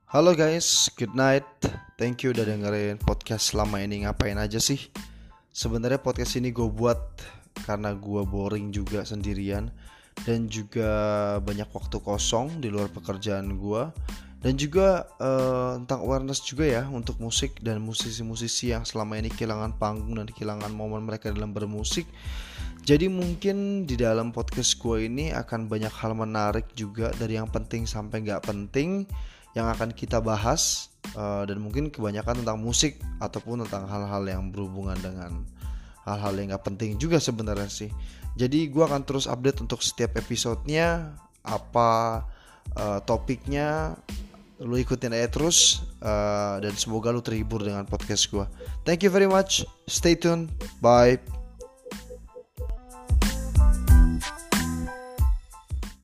Halo guys, good night. Thank you udah dengerin podcast selama ini. Ngapain aja sih? Sebenarnya podcast ini gue buat karena gue boring juga sendirian dan juga banyak waktu kosong di luar pekerjaan gue. Dan juga tentang awareness juga ya untuk musik dan musisi-musisi yang selama ini kehilangan panggung dan kehilangan momen mereka dalam bermusik. Jadi mungkin di dalam podcast gue ini akan banyak hal menarik juga, dari yang penting sampai gak penting, yang akan kita bahas, dan mungkin kebanyakan tentang musik ataupun tentang hal-hal yang berhubungan dengan hal-hal yang gak penting juga sebenarnya sih. Jadi gue akan terus update untuk setiap episodenya, apa topiknya. Lu ikutin aja terus, dan semoga lu terhibur dengan podcast gue. Thank you very much, stay tuned, bye.